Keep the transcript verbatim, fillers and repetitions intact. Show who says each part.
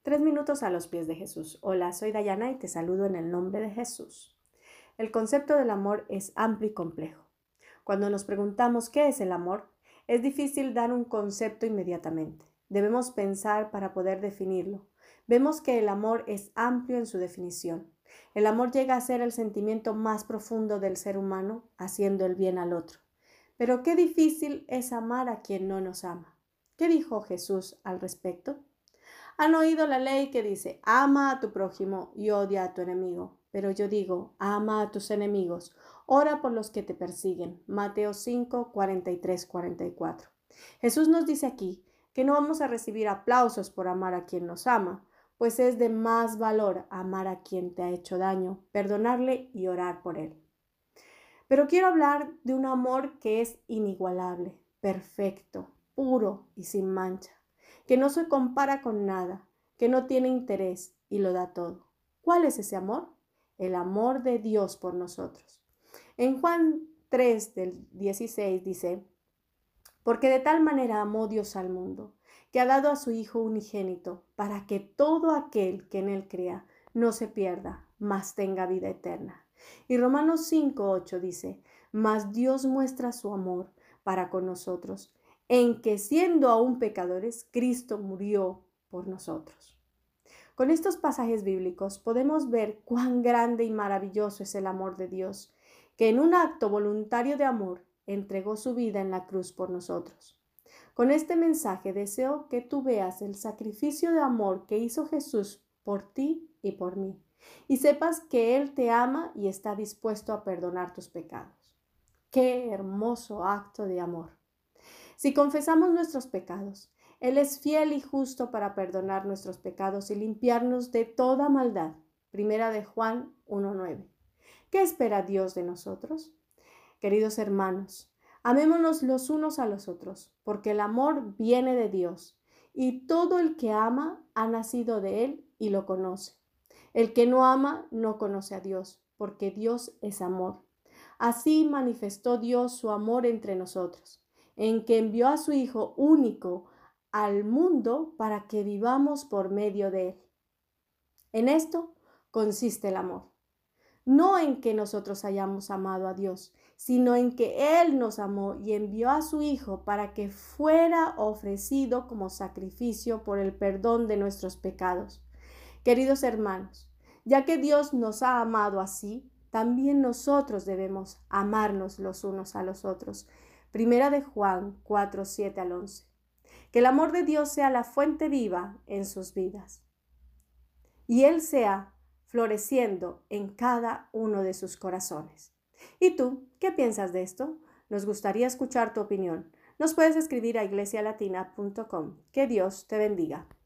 Speaker 1: Tres minutos a los pies de Jesús. Hola, soy Dayana y te saludo en el nombre de Jesús. El concepto del amor es amplio y complejo. Cuando nos preguntamos qué es el amor, es difícil dar un concepto inmediatamente. Debemos pensar para poder definirlo. Vemos que el amor es amplio en su definición. El amor llega a ser el sentimiento más profundo del ser humano, haciendo el bien al otro. Pero qué difícil es amar a quien no nos ama. ¿Qué dijo Jesús al respecto? Han oído la ley que dice, ama a tu prójimo y odia a tu enemigo. Pero yo digo, ama a tus enemigos, ora por los que te persiguen. Mateo cinco, cuarenta y tres, cuarenta y cuatro. Jesús nos dice aquí que no vamos a recibir aplausos por amar a quien nos ama, pues es de más valor amar a quien te ha hecho daño, perdonarle y orar por él. Pero quiero hablar de un amor que es inigualable, perfecto, puro y sin mancha, que no se compara con nada, que no tiene interés y lo da todo. ¿Cuál es ese amor? El amor de Dios por nosotros. En Juan tres del dieciséis dice, porque de tal manera amó Dios al mundo, que ha dado a su Hijo unigénito, para que todo aquel que en él crea no se pierda, mas tenga vida eterna. Y Romanos cinco, ocho dice, mas Dios muestra su amor para con nosotros, en que siendo aún pecadores, Cristo murió por nosotros. Con estos pasajes bíblicos podemos ver cuán grande y maravilloso es el amor de Dios, que en un acto voluntario de amor entregó su vida en la cruz por nosotros. Con este mensaje deseo que tú veas el sacrificio de amor que hizo Jesús por ti y por mí, y sepas que Él te ama y está dispuesto a perdonar tus pecados. ¡Qué hermoso acto de amor! Si confesamos nuestros pecados, Él es fiel y justo para perdonar nuestros pecados y limpiarnos de toda maldad. Primera de Juan uno nueve. ¿Qué espera Dios de nosotros? Queridos hermanos, amémonos los unos a los otros, porque el amor viene de Dios, y todo el que ama ha nacido de Él y lo conoce. El que no ama no conoce a Dios, porque Dios es amor. Así manifestó Dios su amor entre nosotros, en que envió a su Hijo único al mundo para que vivamos por medio de Él. En esto consiste el amor. No en que nosotros hayamos amado a Dios, sino en que Él nos amó y envió a su Hijo para que fuera ofrecido como sacrificio por el perdón de nuestros pecados. Queridos hermanos, ya que Dios nos ha amado así, también nosotros debemos amarnos los unos a los otros. Primera de Juan cuatro, siete al once. Que el amor de Dios sea la fuente viva en sus vidas y Él sea floreciendo en cada uno de sus corazones. ¿Y tú, qué piensas de esto? Nos gustaría escuchar tu opinión. Nos puedes escribir a iglesia latina punto com. Que Dios te bendiga.